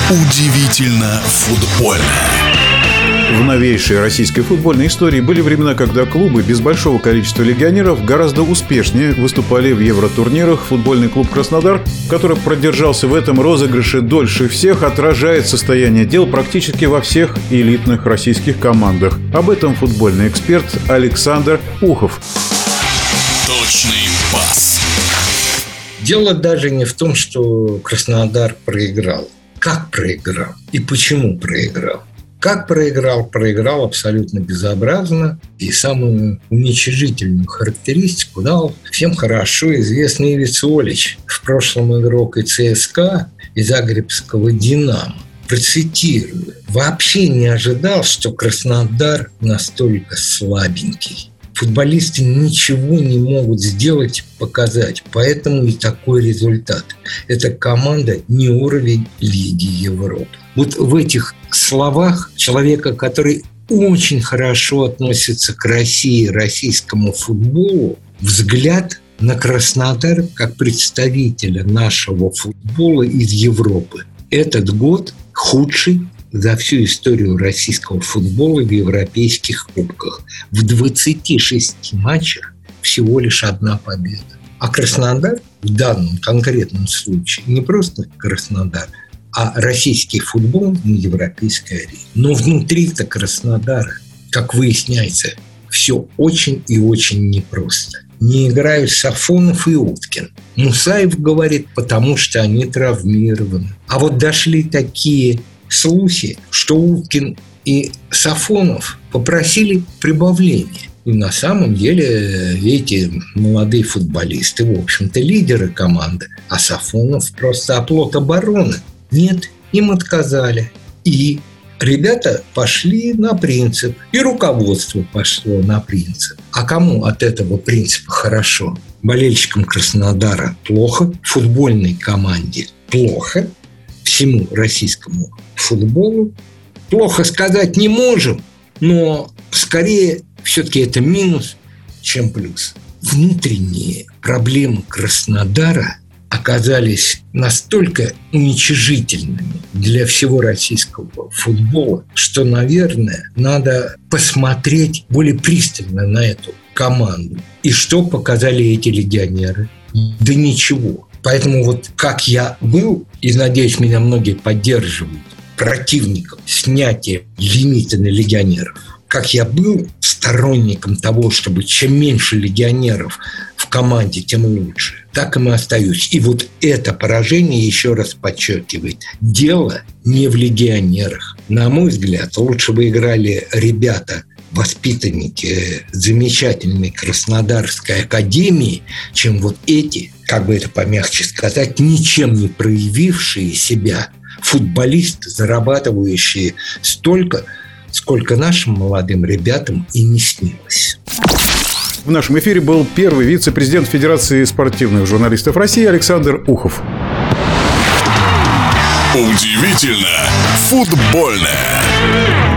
Удивительно футбольно. В новейшей российской футбольной истории были времена, когда клубы без большого количества легионеров гораздо успешнее выступали в евротурнирах. Футбольный клуб «Краснодар», который продержался в этом розыгрыше дольше всех, отражает состояние дел практически во всех элитных российских командах. Об этом футбольный эксперт Александр Ухов. Точный пас. Дело даже не в том, что Краснодар проиграл. Как проиграл и почему проиграл? Как проиграл? Проиграл абсолютно безобразно. И самую уничижительную характеристику дал всем хорошо известный Ивица Олич, в прошлом игрок и ЦСКА, и Загребского «Динамо». Процитирую. «Вообще не ожидал, что Краснодар настолько слабенький. Футболисты ничего не могут сделать, показать, поэтому и такой результат. Эта команда не уровень Лиги Европы». Вот в этих словах человека, который очень хорошо относится к России, российскому футболу, взгляд на Краснодар как представителя нашего футбола из Европы. Этот год худший за всю историю российского футбола в европейских кубках. В 26 матчах всего лишь одна победа. А Краснодар в данном конкретном случае не просто Краснодар, а российский футбол на европейской арене. Но внутри-то Краснодара, как выясняется, все очень и очень непросто. Не играют Сафонов и Уткин. Мусаев говорит, потому что они травмированы. А вот дошли такие слухи, что Уткин и Сафонов попросили прибавления. И на самом деле эти молодые футболисты, в общем-то, лидеры команды, а Сафонов просто оплот обороны. Нет, им отказали. И ребята пошли на принцип. И руководство пошло на принцип. А кому от этого принципа хорошо? Болельщикам Краснодара плохо, футбольной команде плохо, всему российскому футболу плохо сказать не можем, но скорее все-таки это минус, чем плюс. Внутренние проблемы Краснодара оказались настолько уничижительными для всего российского футбола, что, наверное, надо посмотреть более пристально на эту команду. И что показали эти легионеры? Да ничего. Поэтому вот как я был, и, надеюсь, меня многие поддерживают, противником снятия лимита на легионеров, как я был сторонником того, чтобы чем меньше легионеров в команде, тем лучше, так и остаюсь. И вот это поражение еще раз подчеркивает, дело не в легионерах. На мой взгляд, лучше бы играли ребята, воспитанники замечательной Краснодарской академии, чем вот эти, как бы это помягче сказать, ничем не проявившие себя футболисты, зарабатывающие столько, сколько нашим молодым ребятам и не снилось. В нашем эфире был первый вице-президент Федерации спортивных журналистов России Александр Ухов. Удивительно футбольное.